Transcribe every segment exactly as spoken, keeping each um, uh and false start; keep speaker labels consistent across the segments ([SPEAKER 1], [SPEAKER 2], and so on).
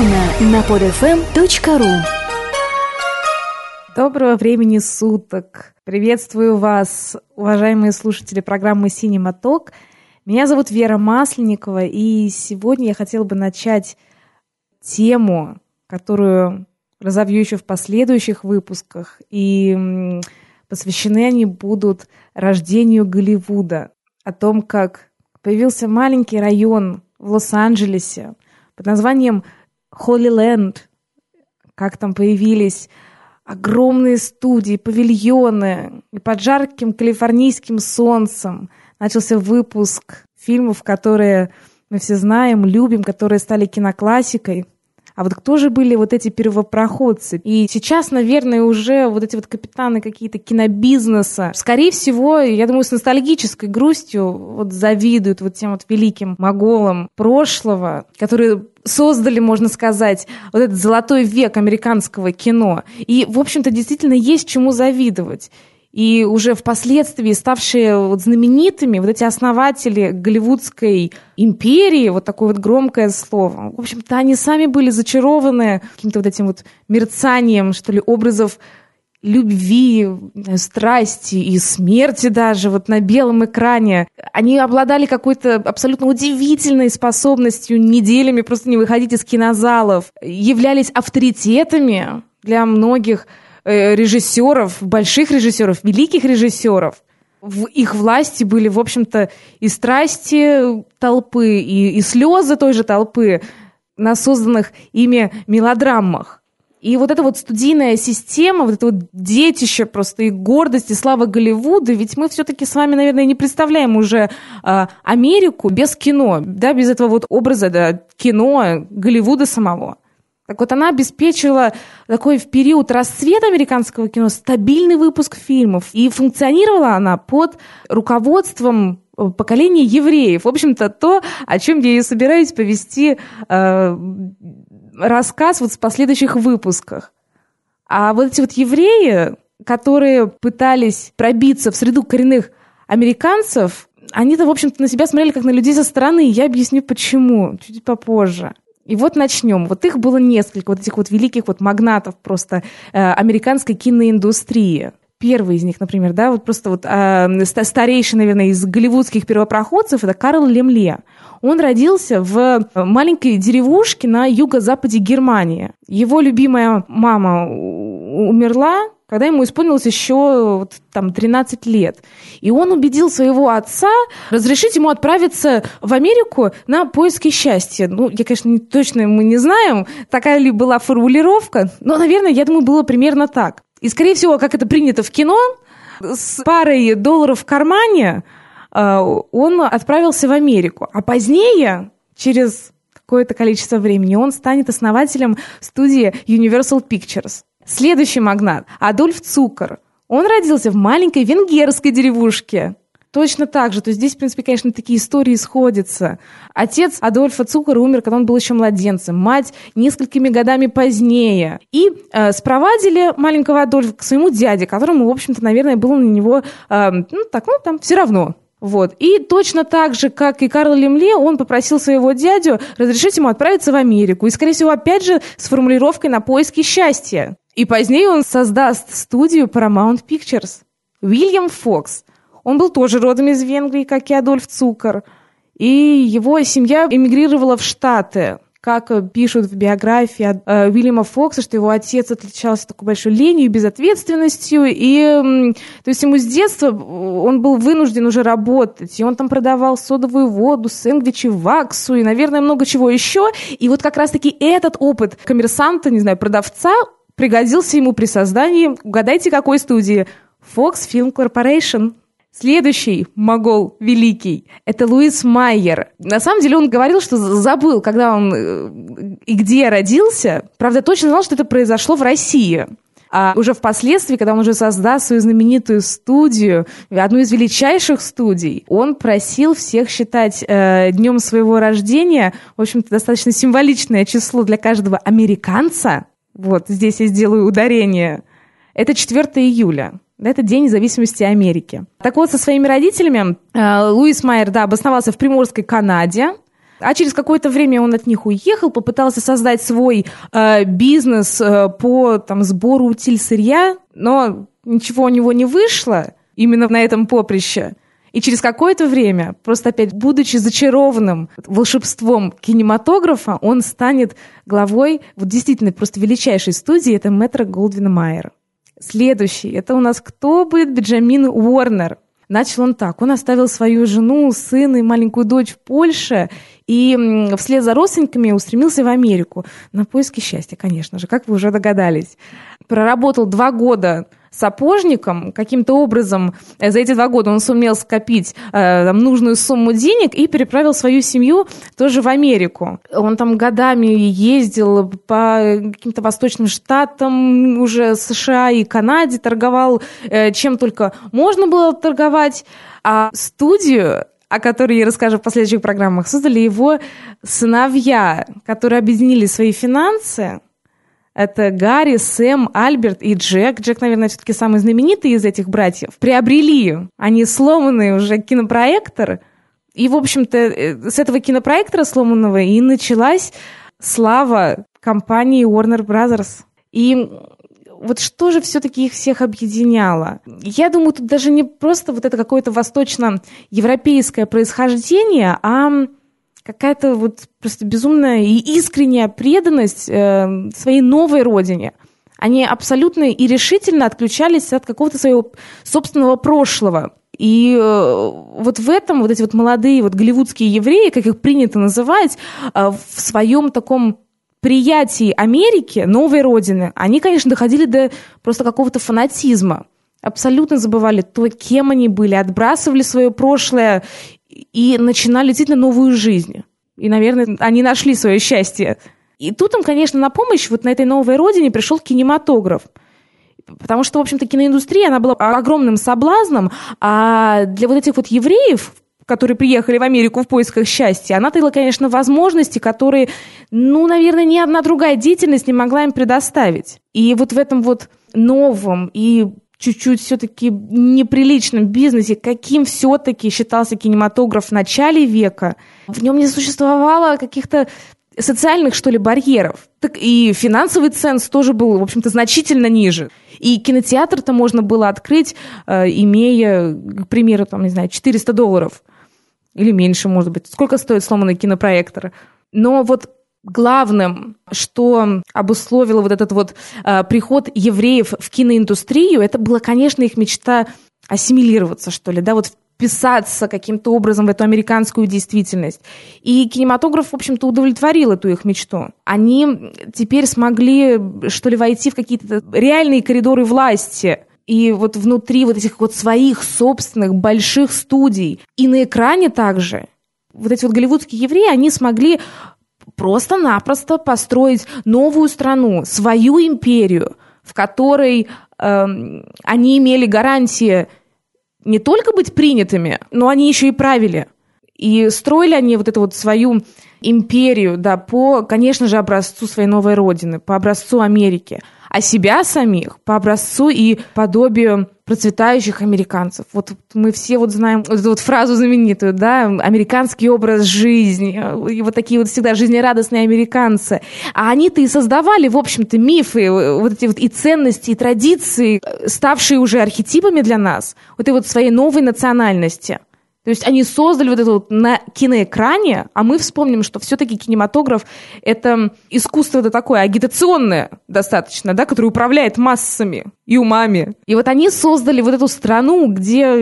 [SPEAKER 1] Полно на под эф эм точка ру.
[SPEAKER 2] Доброго времени суток! Приветствую вас, уважаемые слушатели программы «Синематок». Меня зовут Вера Масленникова, и сегодня я хотела бы начать тему, которую разовью еще в последующих выпусках, и посвящены они будут рождению Голливуда, о том, как появился маленький район в Лос-Анджелесе под названием Холлиленд, как там появились огромные студии, павильоны, и под жарким калифорнийским солнцем начался выпуск фильмов, которые мы все знаем, любим, которые стали киноклассикой. А вот кто же были вот эти первопроходцы? И сейчас, наверное, уже вот эти вот капитаны какие-то кинобизнеса, скорее всего, я думаю, с ностальгической грустью вот завидуют вот тем вот великим моголам прошлого, которые создали, можно сказать, вот этот золотой век американского кино. И, в общем-то, действительно есть чему завидовать. И уже впоследствии ставшие вот знаменитыми вот эти основатели голливудской империи, вот такое вот громкое слово, в общем-то, они сами были зачарованы каким-то вот этим вот мерцанием, что ли, образов любви, страсти и смерти даже вот на белом экране. Они обладали какой-то абсолютно удивительной способностью неделями просто не выходить из кинозалов, являлись авторитетами для многих режиссеров, больших режиссеров, великих режиссеров. В их власти были, в общем-то, и страсти толпы, и, и слезы той же толпы на созданных ими мелодрамах. И вот эта вот студийная система, вот это вот детище просто и гордость, и слава Голливуда, ведь мы все-таки с вами, наверное, не представляем уже э, Америку без кино, да, без этого вот образа, да, кино, Голливуда самого. Так вот, она обеспечила такой в период расцвета американского кино стабильный выпуск фильмов. И функционировала она под руководством поколения евреев. В общем-то, то, о чем я и собираюсь повести э, рассказ вот в последующих выпусках. А вот эти вот евреи, которые пытались пробиться в среду коренных американцев, они-то, в общем-то, на себя смотрели как на людей со стороны. И я объясню, почему, чуть попозже. И вот начнем. Вот их было несколько, вот этих вот великих вот магнатов просто э, американской киноиндустрии. Первый из них, например, да, вот просто вот э, старейший, наверное, из голливудских первопроходцев, это Карл Лемле. Он родился в маленькой деревушке на юго-западе Германии. Его любимая мама умерла, когда ему исполнилось еще вот, там, тринадцать лет. И он убедил своего отца разрешить ему отправиться в Америку на поиски счастья. Ну, я, конечно, не, точно мы не знаем, такая ли была формулировка, но, наверное, я думаю, было примерно так. И, скорее всего, как это принято в кино, с парой долларов в кармане он отправился в Америку. А позднее, через какое-то количество времени, он станет основателем студии Universal Pictures. Следующий магнат – Адольф Цукер. Он родился в маленькой венгерской деревушке. Точно так же. То есть здесь, в принципе, конечно, такие истории сходятся. Отец Адольфа Цукера умер, когда он был еще младенцем. Мать несколькими годами позднее. И э, спровадили маленького Адольфа к своему дяде, которому, в общем-то, наверное, было на него, э, ну, так, ну, там, все равно. Вот. И точно так же, как и Карл Лемле, он попросил своего дядю разрешить ему отправиться в Америку. И, скорее всего, опять же, с формулировкой «на поиски счастья». И позднее он создаст студию Paramount Pictures. Уильям Фокс. Он был тоже родом из Венгрии, как и Адольф Цукер. И его семья эмигрировала в Штаты. Как пишут в биографии э, Уильяма Фокса, что его отец отличался такой большой ленью и безответственностью. И, э, то есть ему с детства он был вынужден уже работать. И он там продавал содовую воду, сэндвичи, ваксу и, наверное, много чего еще. И вот как раз-таки этот опыт коммерсанта, не знаю, продавца, пригодился ему при создании, угадайте, какой студии? Fox Film Corporation. Следующий могол великий – это Луис Майер. На самом деле он говорил, что забыл, когда он и где родился. Правда, точно знал, что это произошло в России. А уже впоследствии, когда он уже создаст свою знаменитую студию, одну из величайших студий, он просил всех считать э, днем своего рождения, в общем-то, достаточно символичное число для каждого американца. Вот, здесь я сделаю ударение. Это четвёртого июля. Это День независимости Америки. Так вот, со своими родителями э, Луис Майер, да, обосновался в Приморской Канаде. А через какое-то время он от них уехал, попытался создать свой э, бизнес э, по там, сбору утиль-сырья, но ничего у него не вышло именно на этом поприще. И через какое-то время, просто опять будучи зачарованным волшебством кинематографа, он станет главой вот действительно просто величайшей студии, это Метро-Голдвин-Майер. Следующий, это у нас кто будет? Бенджамин Уорнер. Начал он так, он оставил свою жену, сына и маленькую дочь в Польше и вслед за родственниками устремился в Америку на поиски счастья, конечно же, как вы уже догадались. Проработал два года сапожником, каким-то образом за эти два года он сумел скопить э, там, нужную сумму денег и переправил свою семью тоже в Америку. Он там годами ездил по каким-то восточным штатам уже США и Канаде, торговал э, чем только можно было торговать, а студию, о которой я расскажу в последующих программах, создали его сыновья, которые объединили свои финансы. Это Гарри, Сэм, Альберт и Джек. Джек, наверное, все-таки самый знаменитый из этих братьев. Приобрели они сломанный уже кинопроектор. И, в общем-то, с этого кинопроектора сломанного и началась слава компании Warner Brothers. И вот что же все-таки их всех объединяло? Я думаю, тут даже не просто вот это какое-то восточно-европейское происхождение, а какая-то вот просто безумная и искренняя преданность э, своей новой родине. Они абсолютно и решительно отключались от какого-то своего собственного прошлого. И э, вот в этом вот эти вот молодые вот голливудские евреи, как их принято называть, э, в своем таком приятии Америки, новой родины, они, конечно, доходили до просто какого-то фанатизма. Абсолютно забывали то, кем они были, отбрасывали свое прошлое и начинали действительно новую жизнь. И, наверное, они нашли свое счастье. И тут им, конечно, на помощь вот на этой новой родине пришел кинематограф. Потому что, в общем-то, киноиндустрия, она была огромным соблазном, а для вот этих вот евреев, которые приехали в Америку в поисках счастья, она таила, конечно, возможности, которые, ну, наверное, ни одна другая деятельность не могла им предоставить. И вот в этом вот новом и чуть-чуть все-таки неприличном бизнесе, каким все-таки считался кинематограф в начале века, в нем не существовало каких-то социальных, что ли, барьеров. Так и финансовый ценз тоже был, в общем-то, значительно ниже. И кинотеатр-то можно было открыть, э, имея, к примеру, там, не знаю, четыреста долларов. Или меньше, может быть. Сколько стоит сломанный кинопроектор? Но вот главным, что обусловило вот этот вот э, приход евреев в киноиндустрию, это была, конечно, их мечта ассимилироваться, что ли, да, вот вписаться каким-то образом в эту американскую действительность. И кинематограф, в общем-то, удовлетворил эту их мечту. Они теперь смогли, что ли, войти в какие-то реальные коридоры власти. И вот внутри вот этих вот своих собственных больших студий. И на экране также вот эти вот голливудские евреи, они смогли просто-напросто построить новую страну, свою империю, в которой э, они имели гарантии не только быть принятыми, но они еще и правили. И строили они вот эту вот свою империю, да, по, конечно же, образцу своей новой родины, по образцу Америки, а себя самих по образцу и подобию процветающих американцев. Вот мы все вот знаем вот эту вот фразу знаменитую, да, американский образ жизни, и вот такие вот всегда жизнерадостные американцы. А они-то и создавали, в общем-то, мифы, вот эти вот и ценности, и традиции, ставшие уже архетипами для нас, вот этой вот своей новой национальности. То есть они создали вот это вот на киноэкране, а мы вспомним, что все-таки кинематограф — это искусство это такое агитационное достаточно, да, которое управляет массами и умами. И вот они создали вот эту страну, где,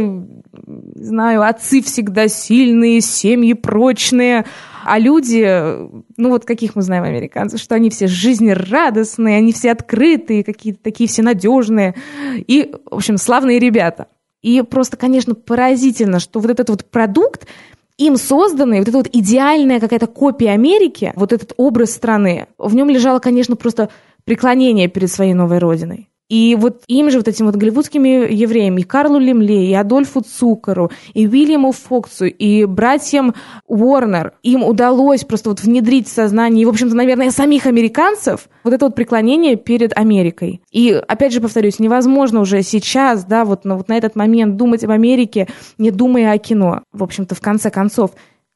[SPEAKER 2] не знаю, отцы всегда сильные, семьи прочные, а люди, ну вот каких мы знаем американцев, что они все жизнерадостные, они все открытые, какие-то такие все надежные и, в общем, славные ребята. И просто, конечно, поразительно, что вот этот вот продукт, им созданный, вот эта вот идеальная какая-то копия Америки, вот этот образ страны, в нем лежало, конечно, просто преклонение перед своей новой родиной. И вот им же, вот этим вот голливудским евреям, и Карлу Лемле, и Адольфу Цукеру, и Уильяму Фоксу, и братьям Уорнер, им удалось просто вот внедрить в сознание, и, в общем-то, наверное, самих американцев, вот это вот преклонение перед Америкой. И, опять же, повторюсь, невозможно уже сейчас, да, вот, ну, вот на этот момент думать об Америке, не думая о кино. В общем-то, в конце концов,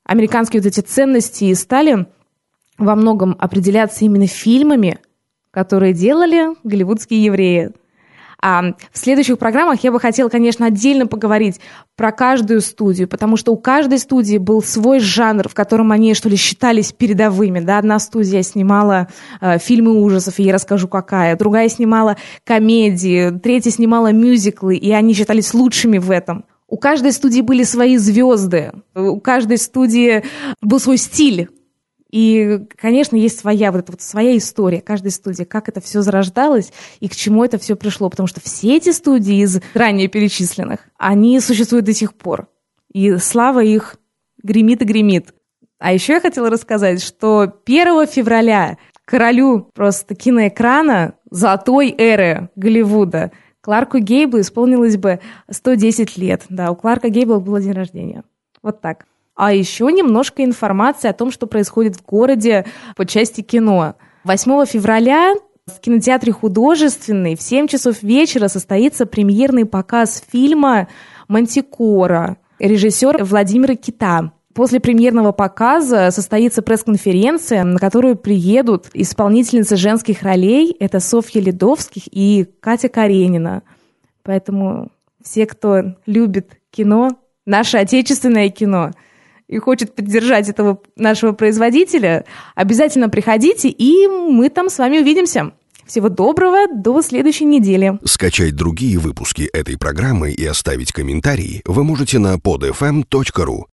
[SPEAKER 2] американские вот эти ценности стали во многом определяться именно фильмами, которые делали голливудские евреи. А в следующих программах я бы хотела, конечно, отдельно поговорить про каждую студию, потому что у каждой студии был свой жанр, в котором они, что ли, считались передовыми. Да? Одна студия снимала э, фильмы ужасов, и я расскажу, какая. Другая снимала комедии, третья снимала мюзиклы, и они считались лучшими в этом. У каждой студии были свои звезды, у каждой студии был свой стиль. И, конечно, есть своя вот эта вот своя история каждой студии, как это все зарождалось и к чему это все пришло. Потому что все эти студии из ранее перечисленных, они существуют до сих пор. И слава их гремит и гремит. А еще я хотела рассказать, что первого февраля королю просто киноэкрана золотой эры Голливуда Кларку Гейблу исполнилось бы сто десять лет. Да, у Кларка Гейбла был день рождения. Вот так. А еще немножко информации о том, что происходит в городе по части кино. восьмого февраля в кинотеатре «Художественный» в семь часов вечера состоится премьерный показ фильма «Мантикора» режиссера Владимира Кита. После премьерного показа состоится пресс-конференция, на которую приедут исполнительницы женских ролей. Это Софья Ледовских и Катя Каренина. Поэтому все, кто любит кино, наше отечественное кино, и хочет поддержать этого нашего производителя, обязательно приходите, и мы там с вами увидимся. Всего доброго, до следующей недели.
[SPEAKER 3] Скачать другие выпуски этой программы и оставить комментарии вы можете на под эф эм точка ру.